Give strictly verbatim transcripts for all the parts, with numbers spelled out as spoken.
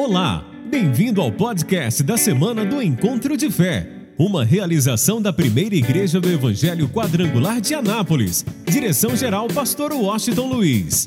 Olá, bem-vindo ao podcast da Semana do Encontro de Fé, uma realização da primeira igreja do Evangelho Quadrangular de Anápolis. Direção-geral, pastor Washington Luiz.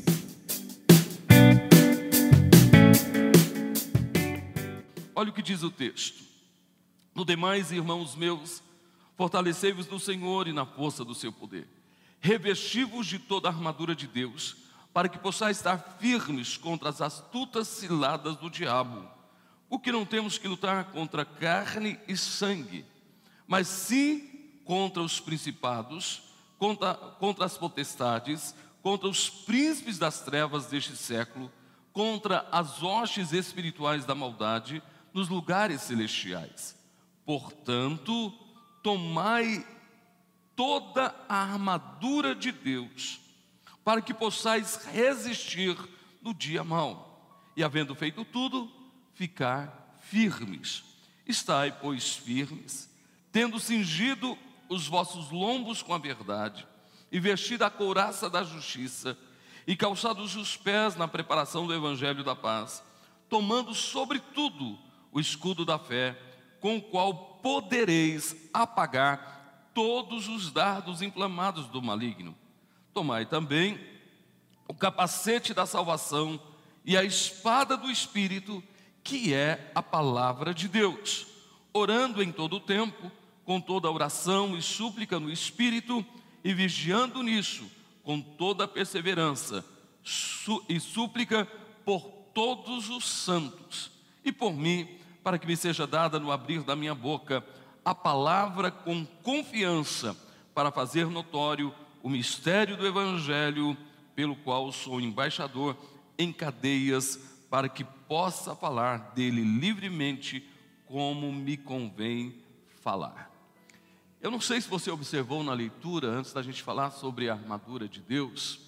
Olha o que diz o texto. No demais, irmãos meus, fortalecei-vos no Senhor e na força do seu poder. Revesti-vos de toda a armadura de Deus, para que possais estar firmes contra as astutas ciladas do diabo. Porque não temos que lutar contra carne e sangue, mas sim contra os principados, contra, contra as potestades, contra os príncipes das trevas deste século, contra as hostes espirituais da maldade nos lugares celestiais. Portanto, tomai toda a armadura de Deus, para que possais resistir no dia mau, e havendo feito tudo, ficar firmes. Estai, pois, firmes, tendo cingido os vossos lombos com a verdade, e vestida a couraça da justiça, e calçados os pés na preparação do evangelho da paz, tomando sobretudo o escudo da fé, com o qual podereis apagar todos os dardos inflamados do maligno. Tomai também o capacete da salvação e a espada do Espírito, que é a palavra de Deus, orando em todo o tempo, com toda oração e súplica no Espírito, e vigiando nisso, com toda perseverança e súplica por todos os santos, e por mim, para que me seja dada no abrir da minha boca a palavra com confiança, para fazer notório o mistério do Evangelho, pelo qual sou embaixador em cadeias, para que possa falar dele livremente, como me convém falar. Eu não sei se você observou na leitura, antes da gente falar sobre a armadura de Deus,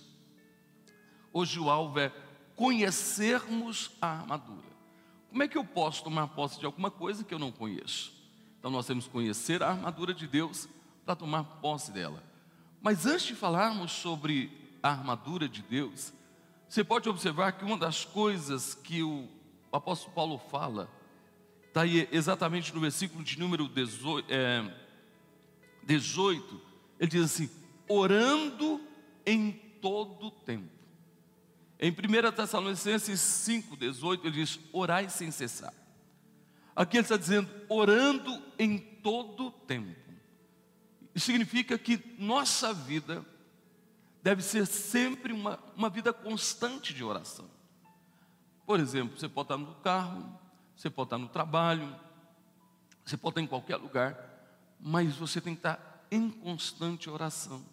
hoje o alvo é conhecermos a armadura. Como é que eu posso tomar posse de alguma coisa que eu não conheço? Então nós temos que conhecer a armadura de Deus para tomar posse dela. Mas antes de falarmos sobre a armadura de Deus, você pode observar que uma das coisas que o apóstolo Paulo fala, está aí exatamente no versículo de número dezoito, é, dezoito, ele diz assim: orando em todo tempo. Em primeira Tessalonicenses cinco, dezoito, ele diz: orai sem cessar. Aqui ele está dizendo, orando em todo tempo. Isso significa que nossa vida deve ser sempre uma, uma vida constante de oração. Por exemplo, você pode estar no carro, você pode estar no trabalho, você pode estar em qualquer lugar, mas você tem que estar em constante oração. O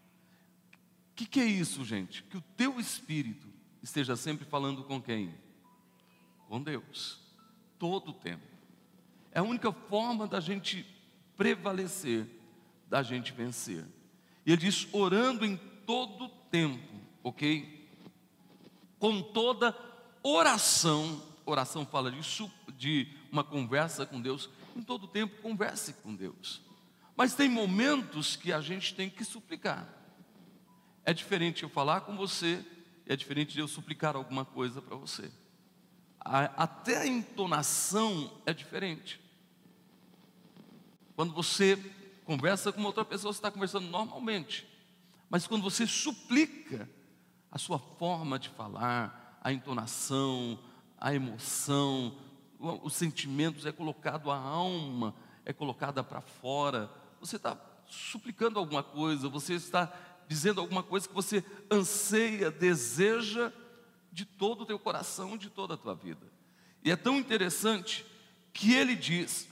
que, que é isso, gente? Que o teu espírito esteja sempre falando com quem? Com Deus, todo o tempo. É a única forma da gente prevalecer, da gente vencer. E ele diz, orando em todo o tempo, ok? Com toda oração, oração fala de, de uma conversa com Deus, em todo o tempo converse com Deus. Mas tem momentos que a gente tem que suplicar. É diferente eu falar com você, é diferente de eu suplicar alguma coisa para você. A, até a entonação é diferente. Quando você conversa com outra pessoa, você está conversando normalmente. Mas quando você suplica, a sua forma de falar, a entonação, a emoção, os sentimentos, é colocado, a alma é colocada para fora. Você está suplicando alguma coisa, você está dizendo alguma coisa que você anseia, deseja de todo o teu coração, de toda a tua vida. E é tão interessante que ele diz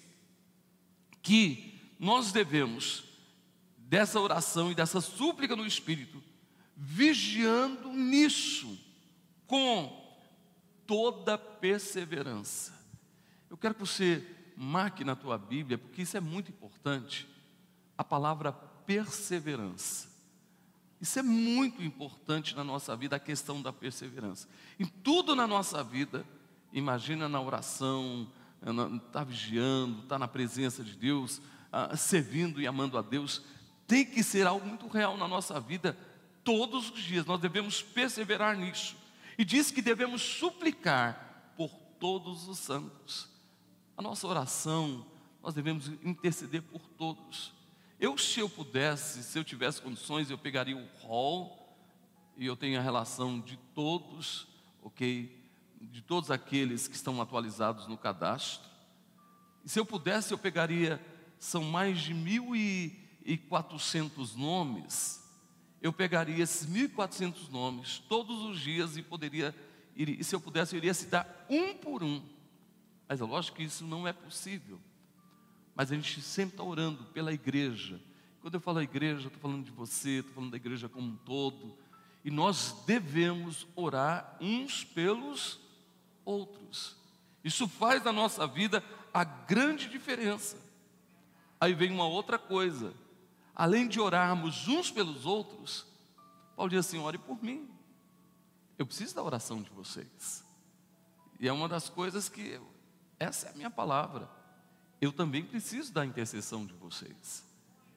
que nós devemos, dessa oração e dessa súplica no Espírito, vigiando nisso, com toda perseverança. Eu quero que você marque na tua Bíblia, porque isso é muito importante, a palavra perseverança. Isso é muito importante na nossa vida, a questão da perseverança. Em tudo na nossa vida, imagina na oração, está vigiando, está na presença de Deus, servindo e amando a Deus, tem que ser algo muito real na nossa vida, todos os dias. Nós devemos perseverar nisso. E diz que devemos suplicar por todos os santos. A nossa oração, nós devemos interceder por todos. Eu, se eu pudesse, se eu tivesse condições, eu pegaria o rol, e eu tenho a relação de todos, ok? De todos aqueles que estão atualizados no cadastro. E se eu pudesse, eu pegaria, são mais de mil e quatrocentos nomes, eu pegaria esses mil e quatrocentos nomes todos os dias e poderia, e se eu pudesse, eu iria citar um por um. Mas é lógico que isso não é possível. Mas a gente sempre está orando pela igreja. Quando eu falo igreja, eu estou falando de você, estou falando da igreja como um todo. E nós devemos orar uns pelos outros. Isso faz na nossa vida a grande diferença. Aí vem uma outra coisa. Além de orarmos uns pelos outros, Paulo diz assim: ore por mim. Eu preciso da oração de vocês. E é uma das coisas que, eu, essa é a minha palavra. Eu também preciso da intercessão de vocês.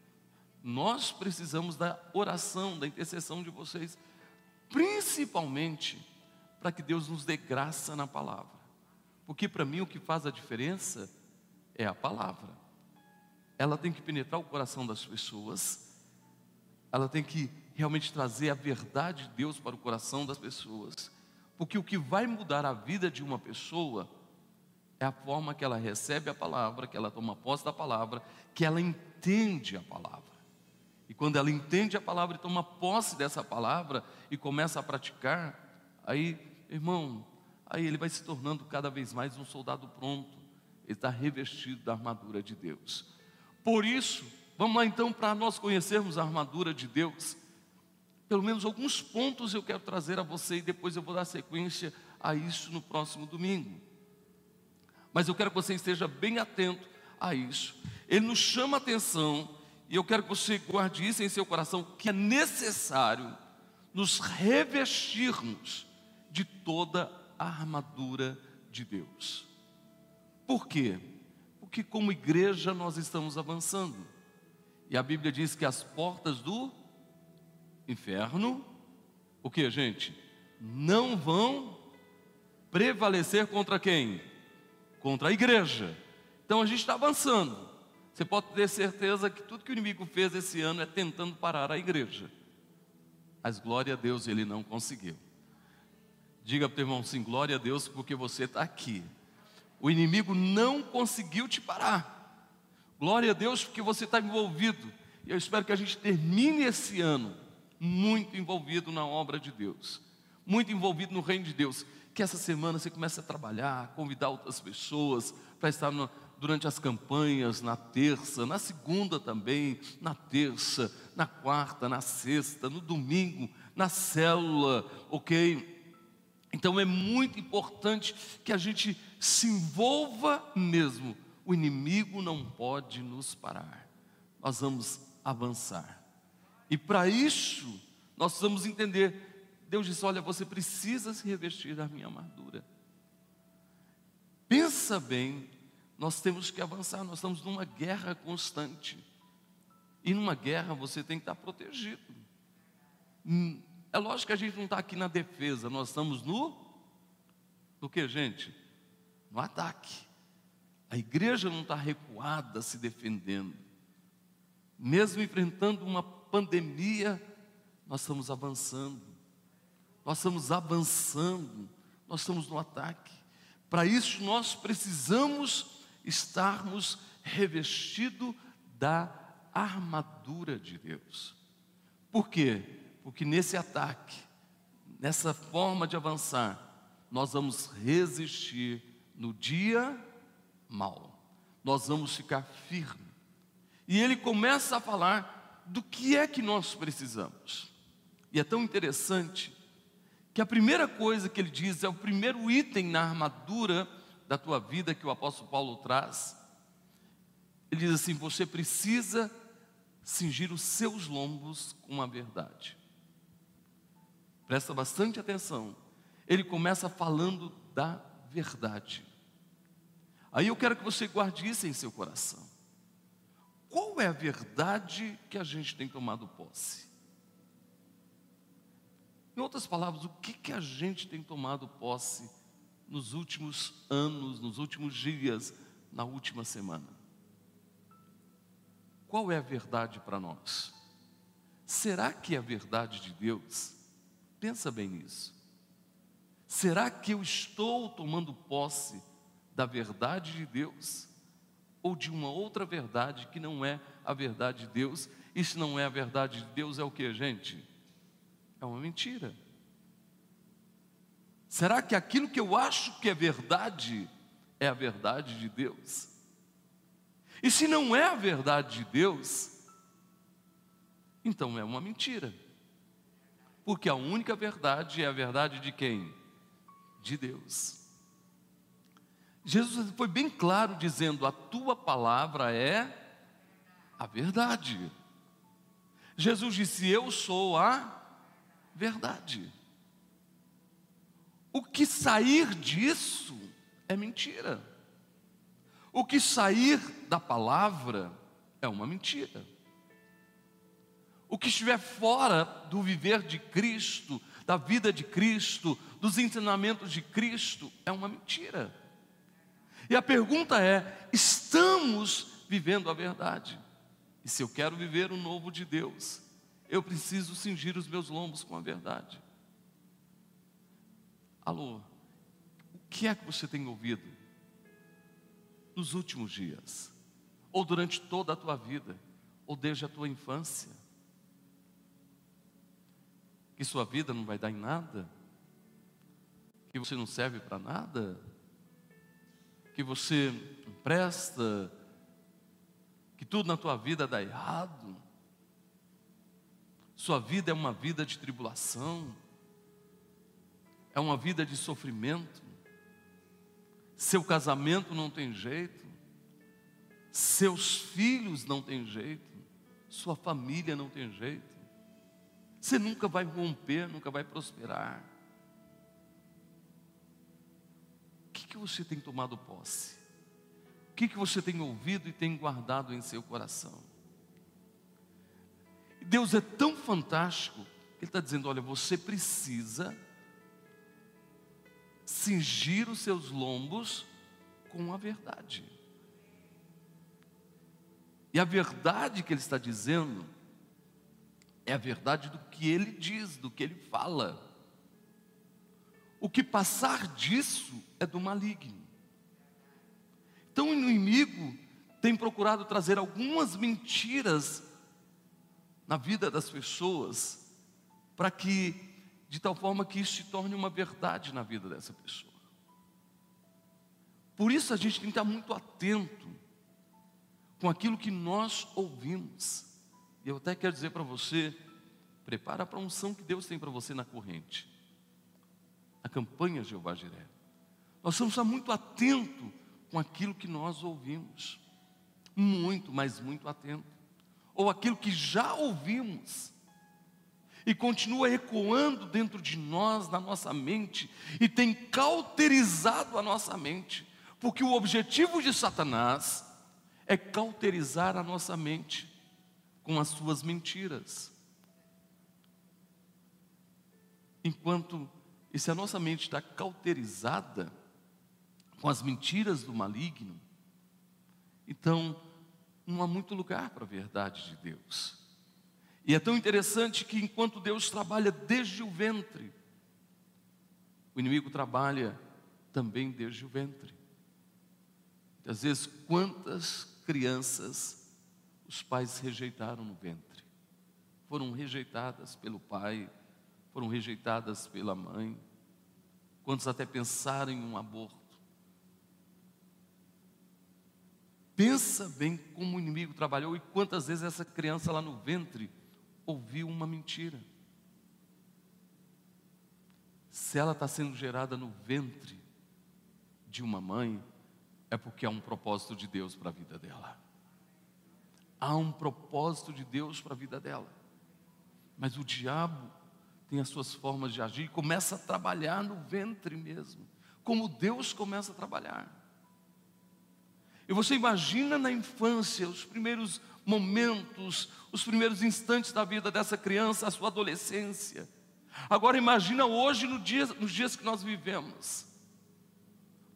Nós precisamos da oração, da intercessão de vocês, principalmente para que Deus nos dê graça na palavra. Porque para mim o que faz a diferença é a palavra. Ela tem que penetrar o coração das pessoas, ela tem que realmente trazer a verdade de Deus para o coração das pessoas, porque o que vai mudar a vida de uma pessoa é a forma que ela recebe a palavra, que ela toma posse da palavra, que ela entende a palavra. E quando ela entende a palavra e toma posse dessa palavra e começa a praticar, aí, irmão, aí ele vai se tornando cada vez mais um soldado pronto, ele está revestido da armadura de Deus. Por isso, vamos lá então para nós conhecermos a armadura de Deus. Pelo menos alguns pontos eu quero trazer a você e depois eu vou dar sequência a isso no próximo domingo. Mas eu quero que você esteja bem atento a isso. Ele nos chama a atenção e eu quero que você guarde isso em seu coração, que é necessário nos revestirmos de toda a armadura de Deus. Por quê? Porque como igreja nós estamos avançando. E a Bíblia diz que as portas do inferno, o que, gente? Não vão prevalecer contra quem? Contra a igreja. Então a gente está avançando. Você pode ter certeza que tudo que o inimigo fez esse ano é tentando parar a igreja. Mas glória a Deus, ele não conseguiu. Diga para o teu irmão assim: glória a Deus, porque você está aqui. O inimigo não conseguiu te parar. Glória a Deus, porque você está envolvido. E eu espero que a gente termine esse ano muito envolvido na obra de Deus, muito envolvido no reino de Deus. Que essa semana você comece a trabalhar, convidar outras pessoas para estar no, durante as campanhas, na terça, na segunda também, na terça, na quarta, na sexta, no domingo, na célula, ok? Então é muito importante que a gente se envolva mesmo. O inimigo não pode nos parar. Nós vamos avançar. E para isso, nós precisamos entender. Deus disse: olha, você precisa se revestir da minha armadura. Pensa bem, nós temos que avançar. Nós estamos numa guerra constante. E numa guerra você tem que estar protegido. É lógico que a gente não está aqui na defesa, nós estamos no, no que, gente? No ataque. A igreja não está recuada, se defendendo. Mesmo enfrentando uma pandemia, nós estamos avançando. Nós estamos avançando, nós estamos no ataque. Para isso nós precisamos estarmos revestidos da armadura de Deus. Por quê? Porque nesse ataque, nessa forma de avançar, nós vamos resistir no dia mau. Nós vamos ficar firmes. E ele começa a falar do que é que nós precisamos. E é tão interessante que a primeira coisa que ele diz, é o primeiro item na armadura da tua vida que o apóstolo Paulo traz. Ele diz assim: você precisa cingir os seus lombos com a verdade. Presta bastante atenção. Ele começa falando da verdade. Aí eu quero que você guarde isso em seu coração. Qual é a verdade que a gente tem tomado posse? Em outras palavras, o que, que a gente tem tomado posse nos últimos anos, nos últimos dias, na última semana? Qual é a verdade para nós? Será que é a verdade de Deus? Pensa bem nisso. Será que eu estou tomando posse da verdade de Deus? Ou de uma outra verdade que não é a verdade de Deus? E se não é a verdade de Deus, é o que, gente? É uma mentira. Será que aquilo que eu acho que é verdade é a verdade de Deus? E se não é a verdade de Deus, então é uma mentira. Porque a única verdade é a verdade de quem? De Deus. Jesus foi bem claro dizendo: a tua palavra é a verdade. Jesus disse: eu sou a verdade. O que sair disso é mentira. O que sair da palavra é uma mentira. O que estiver fora do viver de Cristo, da vida de Cristo, dos ensinamentos de Cristo, é uma mentira. E a pergunta é: estamos vivendo a verdade? E se eu quero viver o novo de Deus, eu preciso cingir os meus lombos com a verdade. Alô, o que é que você tem ouvido nos últimos dias? Ou durante toda a tua vida? Ou desde a tua infância? Que sua vida não vai dar em nada? Que você não serve para nada? Que você não presta? Que tudo na tua vida dá errado? Sua vida é uma vida de tribulação? É uma vida de sofrimento? Seu casamento não tem jeito? Seus filhos não tem jeito? Sua família não tem jeito? Você nunca vai romper, nunca vai prosperar. O que, que você tem tomado posse? O que, que você tem ouvido e tem guardado em seu coração? Deus é tão fantástico, Ele está dizendo: olha, você precisa cingir os seus lombos com a verdade. E a verdade que Ele está dizendo é a verdade do que Ele diz, do que Ele fala. O que passar disso é do maligno. Então o inimigo tem procurado trazer algumas mentiras na vida das pessoas, para que, de tal forma que isso se torne uma verdade na vida dessa pessoa. Por isso a gente tem que estar muito atento com aquilo que nós ouvimos. E eu até quero dizer para você: prepara para a unção que Deus tem para você na corrente, a campanha Jeová Jiré. Nós precisamos estar muito atento com aquilo que nós ouvimos, muito, mas muito atento, ou aquilo que já ouvimos e continua ecoando dentro de nós, na nossa mente, e tem cauterizado a nossa mente, porque o objetivo de Satanás é cauterizar a nossa mente com as suas mentiras. Enquanto, e se a nossa mente está cauterizada com as mentiras do maligno, então não há muito lugar para a verdade de Deus. E é tão interessante que enquanto Deus trabalha desde o ventre, o inimigo trabalha também desde o ventre. Às vezes, quantas crianças os pais rejeitaram no ventre? Foram rejeitadas pelo pai, foram rejeitadas pela mãe. Quantos até pensaram em um aborto? Pensa bem como o inimigo trabalhou e quantas vezes essa criança lá no ventre ouviu uma mentira. Se ela está sendo gerada no ventre de uma mãe, é porque há um propósito de Deus para a vida dela. Há um propósito de Deus para a vida dela. Mas o diabo tem as suas formas de agir e começa a trabalhar no ventre mesmo, como Deus começa a trabalhar. E você imagina na infância, os primeiros momentos, os primeiros instantes da vida dessa criança, a sua adolescência. Agora imagina hoje, no dia, nos dias que nós vivemos.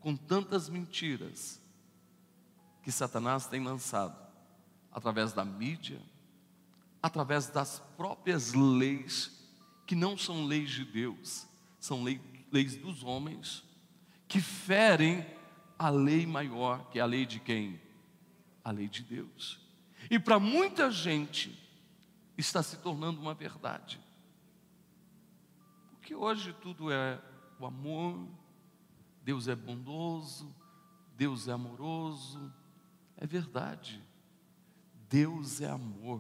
com tantas mentiras que Satanás tem lançado através da mídia, através das próprias leis, que não são leis de Deus, são leis, leis dos homens, que ferem a lei maior, que é a lei de quem? A lei de Deus. E para muita gente está se tornando uma verdade, porque hoje tudo é o amor, Deus é bondoso, Deus é amoroso. É verdade, Deus é amor.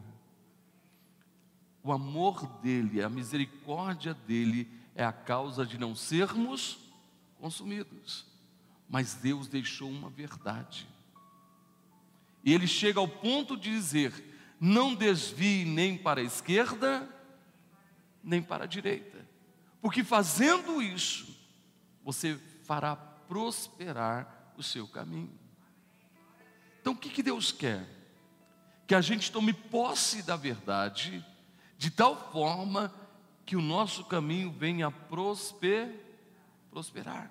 O amor dele, a misericórdia dele é a causa de não sermos consumidos. Mas Deus deixou uma verdade. E ele chega ao ponto de dizer: não desvie nem para a esquerda, nem para a direita. Porque fazendo isso, você fará prosperar o seu caminho. Então o que que Deus quer? Que a gente tome posse da verdade, de tal forma que o nosso caminho venha a prosper, prosperar.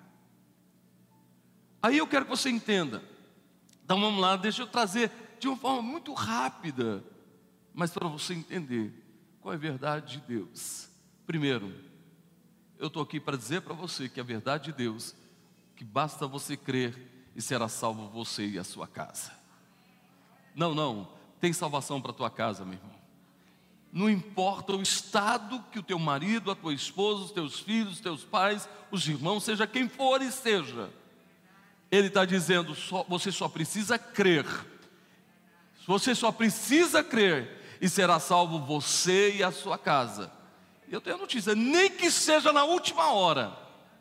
Aí eu quero que você entenda. Então vamos lá, deixa eu trazer de uma forma muito rápida, mas para você entender qual é a verdade de Deus. Primeiro, eu estou aqui para dizer para você que a verdade de Deus, que basta você crer e será salvo você e a sua casa. Não, não, tem salvação para a tua casa, meu irmão. Não importa o estado que o teu marido, a tua esposa, os teus filhos, os teus pais, os irmãos, seja quem for e seja. Ele está dizendo, só, você só precisa crer. Você só precisa crer e será salvo você e a sua casa. E eu tenho a notícia, nem que seja na última hora.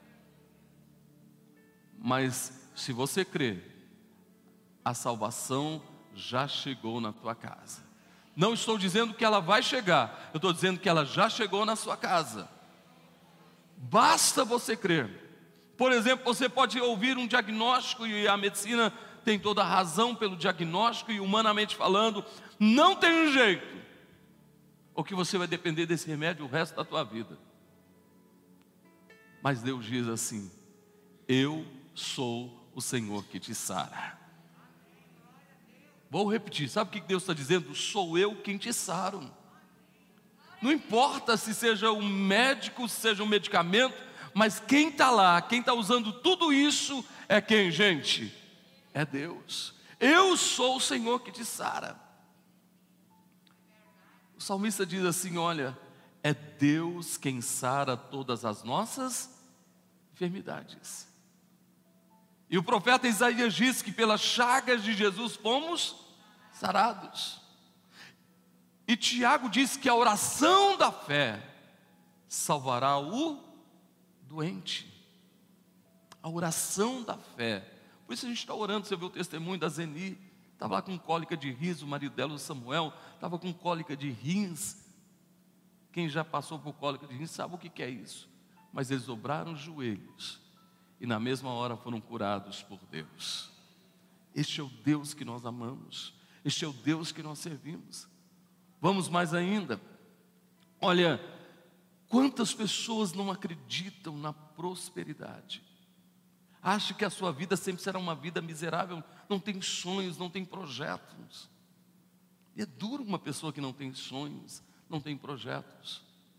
Mas se você crer, a salvação já chegou na tua casa. Não estou dizendo que ela vai chegar, eu estou dizendo que ela já chegou na sua casa. Basta você crer. Por exemplo, você pode ouvir um diagnóstico, e a medicina tem toda a razão pelo diagnóstico, e humanamente falando, não tem um jeito, ou que você vai depender desse remédio o resto da tua vida. Mas Deus diz assim: eu sou o Senhor que te sara. Vou repetir, sabe o que Deus está dizendo? Sou eu quem te saro. Não importa se seja um médico, se seja um medicamento, mas quem está lá, quem está usando tudo isso é quem, gente? É Deus. Eu sou o Senhor que te sara. O salmista diz assim, olha, é Deus quem sara todas as nossas enfermidades. E o profeta Isaías diz que pelas chagas de Jesus fomos sarados. E Tiago diz que a oração da fé salvará o doente. A oração da fé. Por isso a gente está orando. Você viu o testemunho da Zeni, estava lá com cólica de rins. O marido dela, o Samuel, estava com cólica de rins. Quem já passou por cólica de rins sabe o que que é isso. Mas eles dobraram os joelhos e na mesma hora foram curados por Deus. Este é o Deus que nós amamos. Este é o Deus que nós servimos. Vamos mais ainda. Olha, quantas pessoas não acreditam na prosperidade? Acham que a sua vida sempre será uma vida miserável, não tem sonhos, não tem projetos. E é duro uma pessoa que não tem sonhos, não tem projetos.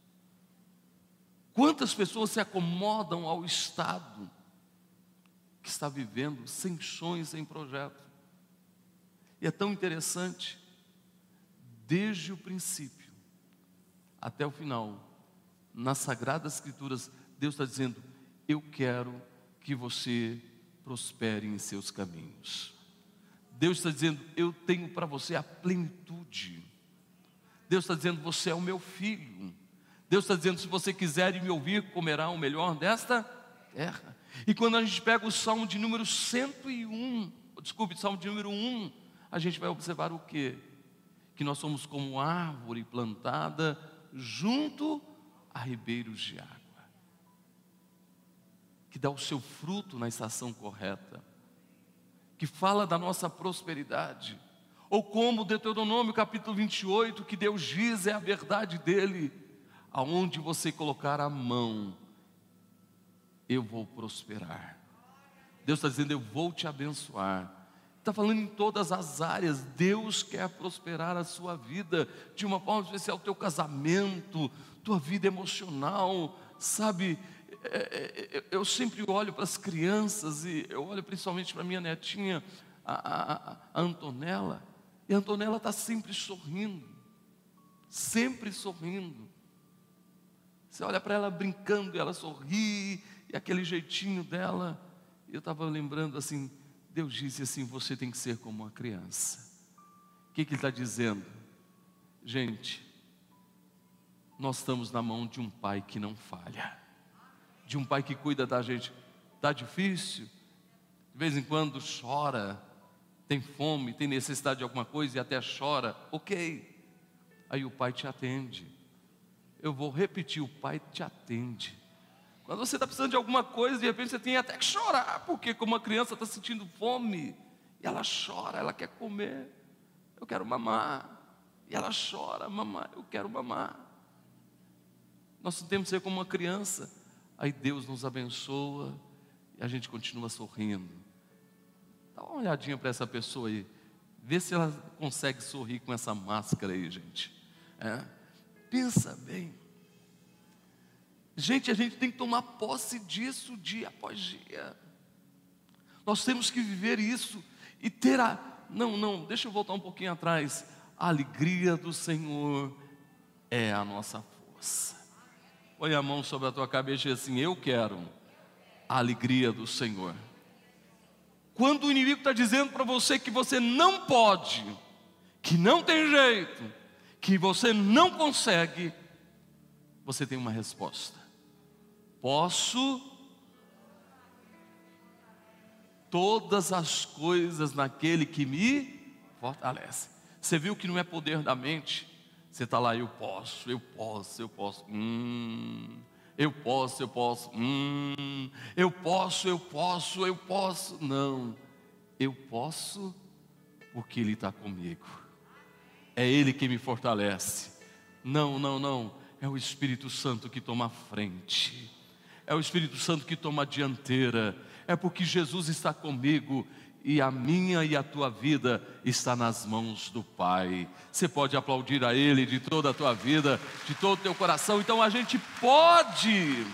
Quantas pessoas se acomodam ao estado que está vivendo, sem sonhos, sem projeto? E é tão interessante, desde o princípio até o final, nas Sagradas Escrituras, Deus está dizendo, eu quero que você prospere em seus caminhos. Deus está dizendo, eu tenho para você a plenitude. Deus está dizendo, você é o meu filho. Deus está dizendo, se você quiser me ouvir, comerá o melhor desta terra. E quando a gente pega o Salmo de número cento e um, desculpe, Salmo de número um, a gente vai observar o quê? Que nós somos como árvore plantada junto a ribeiros de água, que dá o seu fruto na estação correta, que fala da nossa prosperidade. Ou como Deuteronômio capítulo vinte e oito, que Deus diz, é a verdade dele, aonde você colocar a mão, eu vou prosperar. Deus está dizendo, eu vou te abençoar. Está falando em todas as áreas. Deus quer prosperar a sua vida, de uma forma especial, teu casamento, tua vida emocional, sabe? Eu sempre olho para as crianças, e eu olho principalmente para minha netinha, a, a, a Antonella, e a Antonella está sempre sorrindo, sempre sorrindo. Você olha para ela brincando, e ela sorri, e aquele jeitinho dela. Eu estava lembrando assim, Deus disse assim, você tem que ser como uma criança. O que, que Ele está dizendo? Gente, nós estamos na mão de um Pai que não falha, de um Pai que cuida da gente. Está difícil? De vez em quando chora, tem fome, tem necessidade de alguma coisa e até chora, ok. Aí o Pai te atende. Eu vou repetir, o Pai te atende. Quando você está precisando de alguma coisa, de repente você tem até que chorar, porque como uma criança está sentindo fome, e ela chora, ela quer comer, eu quero mamar, e ela chora, mamar, eu quero mamar. Nós temos que ser como uma criança. Aí Deus nos abençoa, e a gente continua sorrindo. Dá uma olhadinha para essa pessoa aí, vê se ela consegue sorrir com essa máscara aí, gente. É? Pensa bem. Gente, a gente tem que tomar posse disso dia após dia. Nós temos que viver isso e ter a... Não, não, deixa eu voltar um pouquinho atrás. A alegria do Senhor é a nossa força. Põe a mão sobre a tua cabeça e diz assim, eu quero a alegria do Senhor. Quando o inimigo está dizendo para você que você não pode, que não tem jeito, que você não consegue, você tem uma resposta. Posso todas as coisas naquele que me fortalece. Você viu que não é poder da mente? Você está lá, eu posso, eu posso, eu posso, hum, eu posso, eu posso, hum, eu posso, eu posso, eu posso. Não, eu posso porque Ele está comigo. É Ele que me fortalece. Não, não, não, é o Espírito Santo que toma a frente. É o Espírito Santo que toma a dianteira. É porque Jesus está comigo e a minha e a tua vida está nas mãos do Pai. Você pode aplaudir a Ele de toda a tua vida, de todo o teu coração. Então a gente pode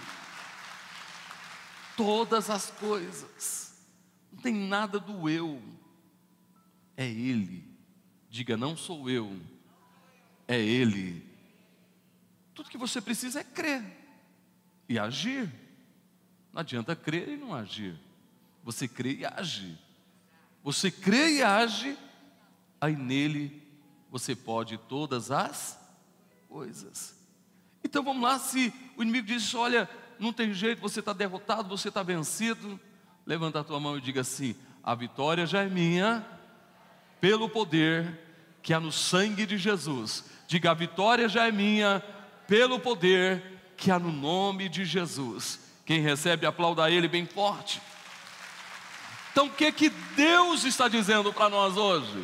todas as coisas. Não tem nada do eu. É Ele. Diga, não sou eu. É Ele. Tudo que você precisa é crer e agir. Não adianta crer e não agir. Você crê e age. Você crê e age, aí nele você pode todas as coisas. Então vamos lá, se o inimigo diz, olha, não tem jeito, você está derrotado, você está vencido, levanta a tua mão e diga assim, a vitória já é minha, pelo poder que há no sangue de Jesus. Diga, a vitória já é minha, pelo poder que há no nome de Jesus. Quem recebe, aplauda Ele bem forte. Então o que que Deus está dizendo para nós hoje?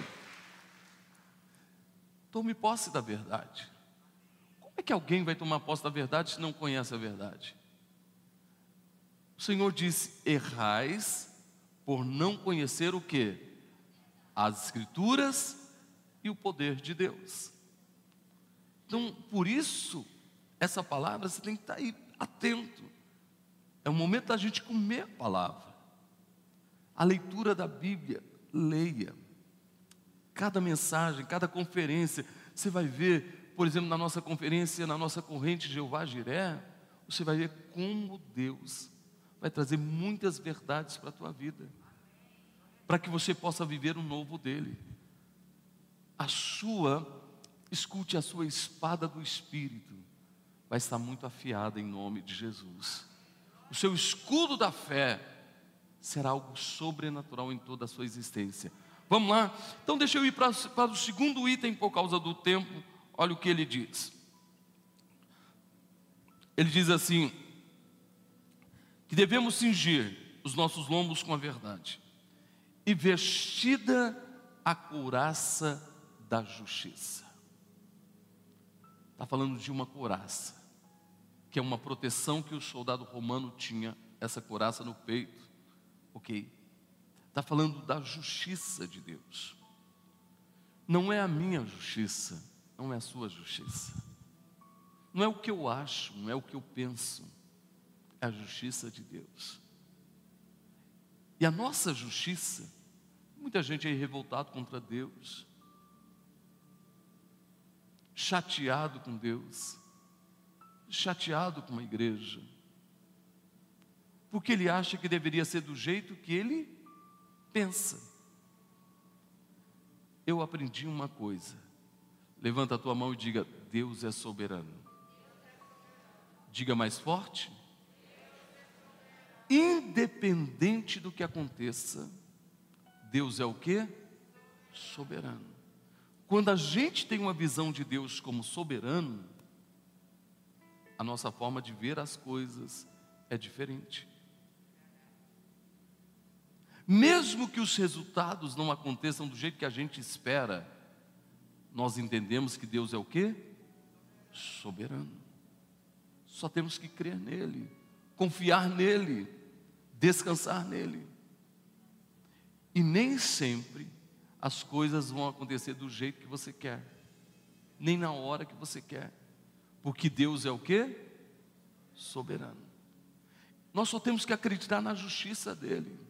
Tome posse da verdade. Como é que alguém vai tomar posse da verdade se não conhece a verdade? O Senhor disse, errais por não conhecer o quê? As Escrituras e o poder de Deus. Então, por isso, essa palavra você tem que estar aí atento. É o momento da gente comer a palavra. A leitura da Bíblia, leia. Cada mensagem, cada conferência, você vai ver, por exemplo, na nossa conferência, na nossa corrente Jeová Jiré, você vai ver como Deus vai trazer muitas verdades para a tua vida, para que você possa viver o novo dele. A sua, escute, a sua espada do Espírito vai estar muito afiada em nome de Jesus. O seu escudo da fé será algo sobrenatural em toda a sua existência. Vamos lá? Então deixa eu ir para, para o segundo item por causa do tempo. Olha o que ele diz. Ele diz assim, que devemos cingir os nossos lombos com a verdade e vestida a couraça da justiça. Está falando de uma couraça, que é uma proteção que o soldado romano tinha, essa couraça no peito, ok? Está falando da justiça de Deus. Não é a minha justiça, não é a sua justiça. Não é o que eu acho, não é o que eu penso. É a justiça de Deus. E a nossa justiça, muita gente aí revoltado contra Deus, chateado com Deus, chateado com a igreja, porque ele acha que deveria ser do jeito que ele pensa. Eu aprendi uma coisa. Levanta a tua mão e diga: Deus é soberano. Diga mais forte. Independente do que aconteça, Deus é o quê? Soberano. Quando a gente tem uma visão de Deus como soberano, a nossa forma de ver as coisas é diferente. Mesmo que os resultados não aconteçam do jeito que a gente espera, nós entendemos que Deus é o quê? Soberano. Só temos que crer nele, confiar nele, descansar nele. E nem sempre as coisas vão acontecer do jeito que você quer, nem na hora que você quer, porque Deus é o quê? Soberano. Nós só temos que acreditar na justiça dele.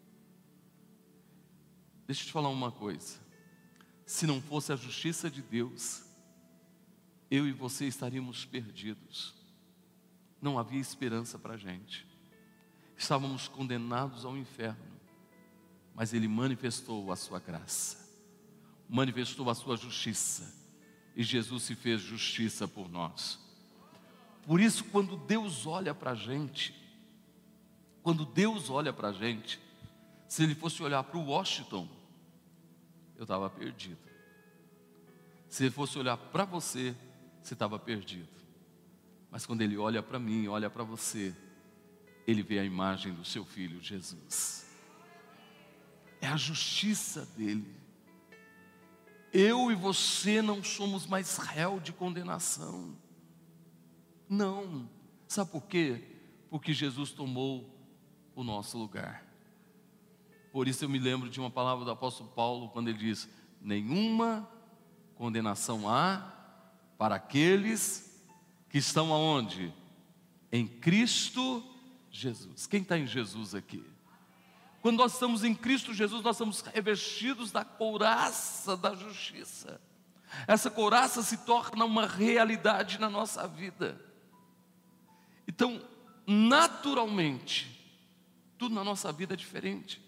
Deixa eu te falar uma coisa. Se não fosse a justiça de Deus, eu e você estaríamos perdidos. Não havia esperança para a gente. Estávamos condenados ao inferno. Mas Ele manifestou a sua graça, manifestou a sua justiça, e Jesus se fez justiça por nós. Por isso, quando Deus olha para a gente, quando Deus olha para a gente, se Ele fosse olhar para o Washington, eu estava perdido. Se Ele fosse olhar para você, você estava perdido. Mas quando Ele olha para mim, olha para você, Ele vê a imagem do seu Filho Jesus. É a justiça dele. Eu e você não somos mais réu de condenação. Não. Sabe por quê? Porque Jesus tomou o nosso lugar. Por isso eu me lembro de uma palavra do apóstolo Paulo, quando ele diz: nenhuma condenação há para aqueles que estão aonde? Em Cristo Jesus. Quem está em Jesus aqui? Quando nós estamos em Cristo Jesus, nós somos revestidos da couraça da justiça. Essa couraça se torna uma realidade na nossa vida. Então, naturalmente, tudo na nossa vida é diferente.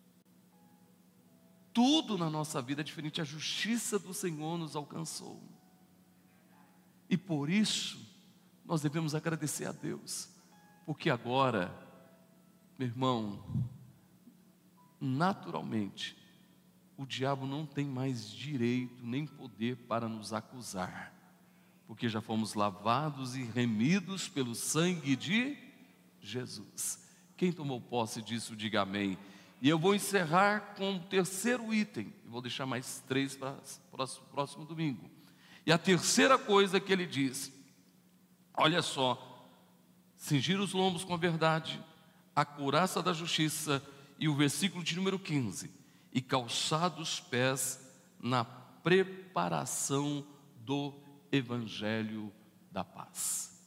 Tudo na nossa vida é diferente. A justiça do Senhor nos alcançou. E por isso, nós devemos agradecer a Deus. Porque agora, meu irmão, naturalmente, o diabo não tem mais direito nem poder para nos acusar, porque já fomos lavados e remidos pelo sangue de Jesus. Quem tomou posse disso, diga amém. E eu vou encerrar com o terceiro item, eu vou deixar mais três para o próximo domingo. E a terceira coisa que ele diz, olha só: cingir os lombos com a verdade, a couraça da justiça, e o versículo de número quinze: e calçar os pés na preparação do Evangelho da paz.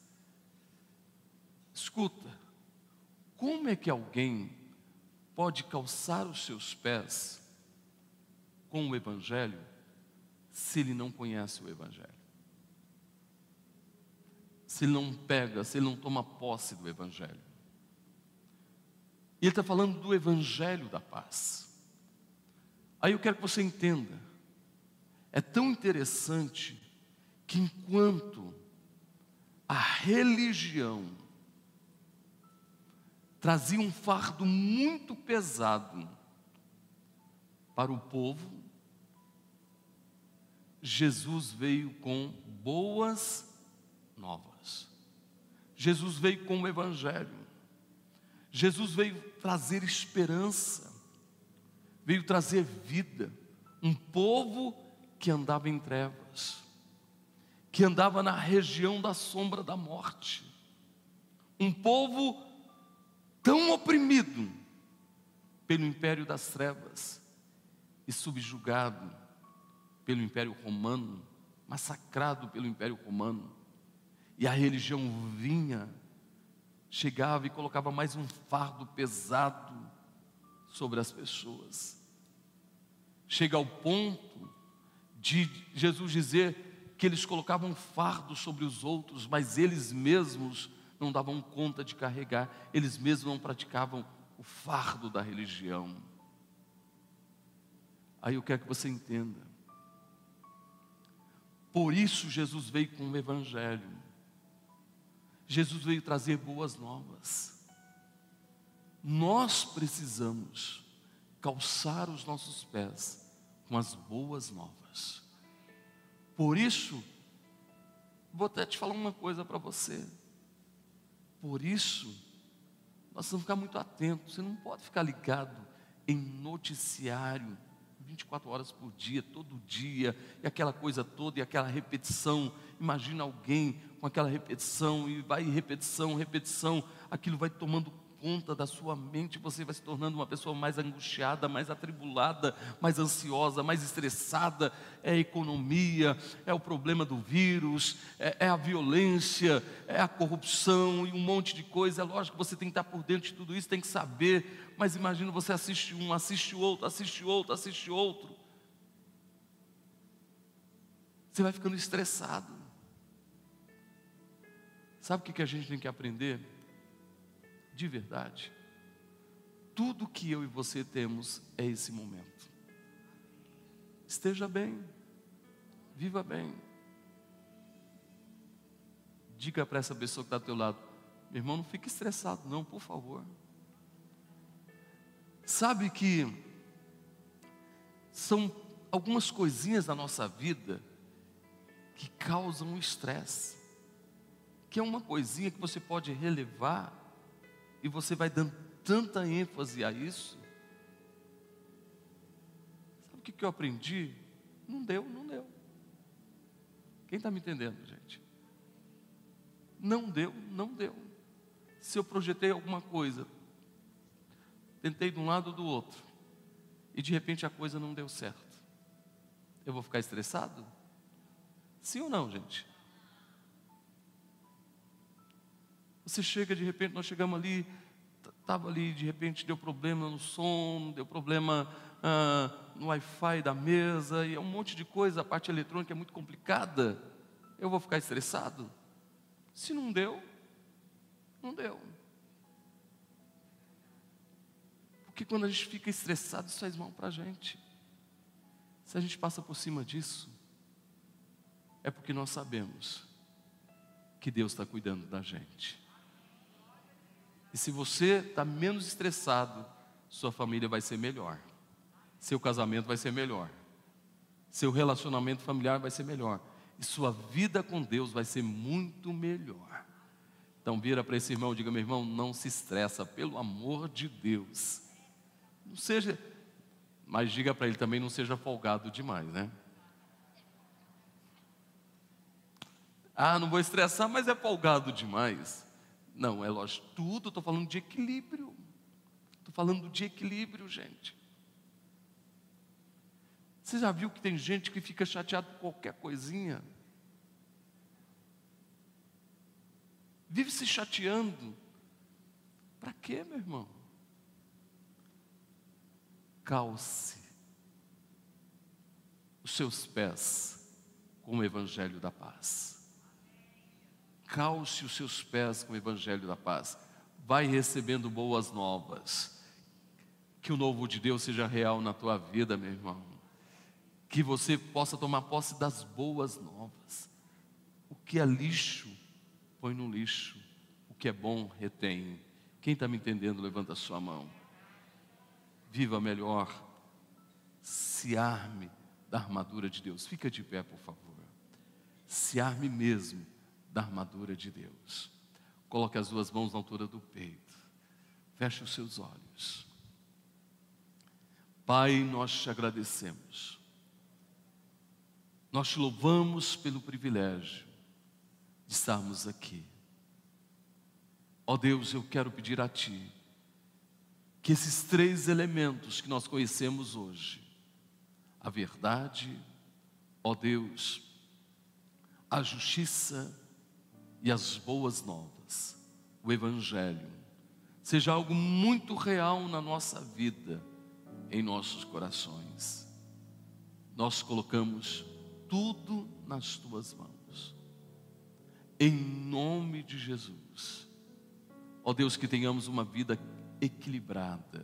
Escuta, como é que alguém pode calçar os seus pés com o Evangelho se ele não conhece o Evangelho? Se ele não pega, se ele não toma posse do Evangelho? E ele está falando do Evangelho da paz. Aí eu quero que você entenda, é tão interessante que enquanto a religião trazia um fardo muito pesado para o povo, Jesus veio com boas novas. Jesus veio com o Evangelho. Jesus veio trazer esperança, veio trazer vida. Um povo que andava em trevas, que andava na região da sombra da morte, um povo tão oprimido pelo império das trevas e subjugado pelo império romano, massacrado pelo império romano. E a religião vinha, chegava e colocava mais um fardo pesado sobre as pessoas. Chega ao ponto de Jesus dizer que eles colocavam fardo sobre os outros, mas eles mesmos não davam conta de carregar, eles mesmos não praticavam o fardo da religião. Aí eu quero que você entenda. Por isso Jesus veio com o Evangelho. Jesus veio trazer boas novas. Nós precisamos calçar os nossos pés com as boas novas. Por isso, vou até te falar uma coisa para você. Por isso, nós precisamos ficar muito atentos. Você não pode ficar ligado em noticiário vinte e quatro horas por dia, todo dia, e aquela coisa toda, e aquela repetição. Imagina alguém com aquela repetição, e vai repetição, repetição, aquilo vai tomando conta da sua mente, você vai se tornando uma pessoa mais angustiada, mais atribulada, mais ansiosa, mais estressada. É a economia, é o problema do vírus, é, é a violência, é a corrupção e um monte de coisa. É lógico que você tem que estar por dentro de tudo isso, tem que saber, mas imagina, você assiste um, assiste outro, assiste outro, assiste outro. Você vai ficando estressado. Sabe o que que a gente tem que aprender? De verdade, tudo que eu e você temos é esse momento. Esteja bem, viva bem. Diga para essa pessoa que está ao teu lado: meu irmão, não fique estressado não, por favor. Sabe que são algumas coisinhas da nossa vida que causam estresse, que é uma coisinha que você pode relevar, e você vai dando tanta ênfase a isso. Sabe o que eu aprendi? Não deu, não deu. Quem está me entendendo, gente? Não deu, não deu. Se eu projetei alguma coisa, tentei de um lado ou do outro, e de repente a coisa não deu certo, eu vou ficar estressado? Sim ou não, gente? Você chega, de repente, nós chegamos ali, estava ali, de repente deu problema no som, deu problema ah, no Wi-Fi da mesa, e é um monte de coisa, a parte eletrônica é muito complicada. Eu vou ficar estressado? Se não deu, não deu. Porque quando a gente fica estressado, isso faz mal para a gente. Se a gente passa por cima disso, é porque nós sabemos que Deus está cuidando da gente. E se você está menos estressado, sua família vai ser melhor, seu casamento vai ser melhor, seu relacionamento familiar vai ser melhor, e sua vida com Deus vai ser muito melhor. Então vira para esse irmão e diga: meu irmão, não se estressa, pelo amor de Deus. Não seja, mas diga para ele também, não seja folgado demais, né? Ah, não vou estressar, mas é folgado demais. Não, é lógico, tudo, estou falando de equilíbrio. Estou falando de equilíbrio, gente. Você já viu que tem gente que fica chateado por qualquer coisinha? Vive se chateando. Para quê, meu irmão? Calce os seus pés com o Evangelho da paz. Calce os seus pés com o Evangelho da paz. Vai recebendo boas novas. Que o novo de Deus seja real na tua vida, meu irmão. Que você possa tomar posse das boas novas. O que é lixo, põe no lixo. O que é bom, retém. Quem está me entendendo, levanta a sua mão. Viva melhor. Se arme da armadura de Deus. Fica de pé, por favor. Se arme mesmo da armadura de Deus. Coloque as duas mãos na altura do peito. Feche os seus olhos. Pai, nós te agradecemos. Nós te louvamos pelo privilégio de estarmos aqui. Ó Deus, eu quero pedir a Ti que esses três elementos que nós conhecemos hoje, a verdade, ó Deus, a justiça e as boas novas, o Evangelho, seja algo muito real na nossa vida, em nossos corações. Nós colocamos tudo nas tuas mãos, em nome de Jesus. Ó Deus, que tenhamos uma vida equilibrada,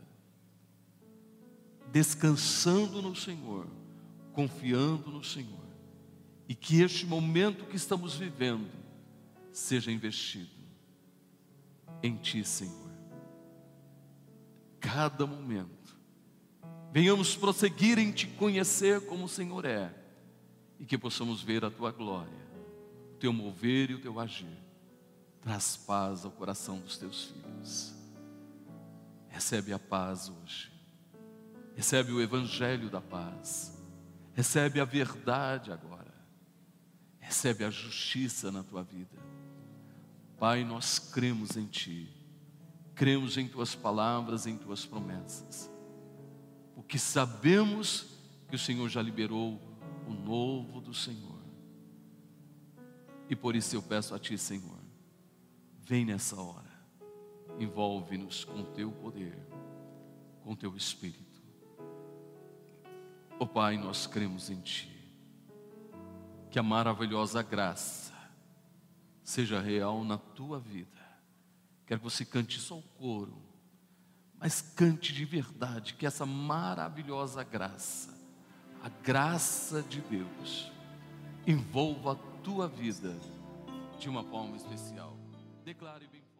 descansando no Senhor, confiando no Senhor, e que este momento que estamos vivendo seja investido em Ti, Senhor. Cada momento, venhamos prosseguir em Te conhecer como o Senhor é, e que possamos ver a Tua glória, o Teu mover e o Teu agir. Traz paz ao coração dos Teus filhos. Recebe a paz hoje. Recebe o Evangelho da paz. Recebe a verdade agora. Recebe a justiça na tua vida. Pai, nós cremos em Ti. Cremos em Tuas palavras, em Tuas promessas. Porque sabemos que o Senhor já liberou o novo do Senhor. E por isso eu peço a Ti, Senhor, vem nessa hora. Envolve-nos com Teu poder, com Teu Espírito. Ó Pai, nós cremos em Ti. Que a maravilhosa graça seja real na tua vida. Quero que você cante só o coro, mas cante de verdade, que essa maravilhosa graça, a graça de Deus, envolva a tua vida de uma forma especial. Declare bem.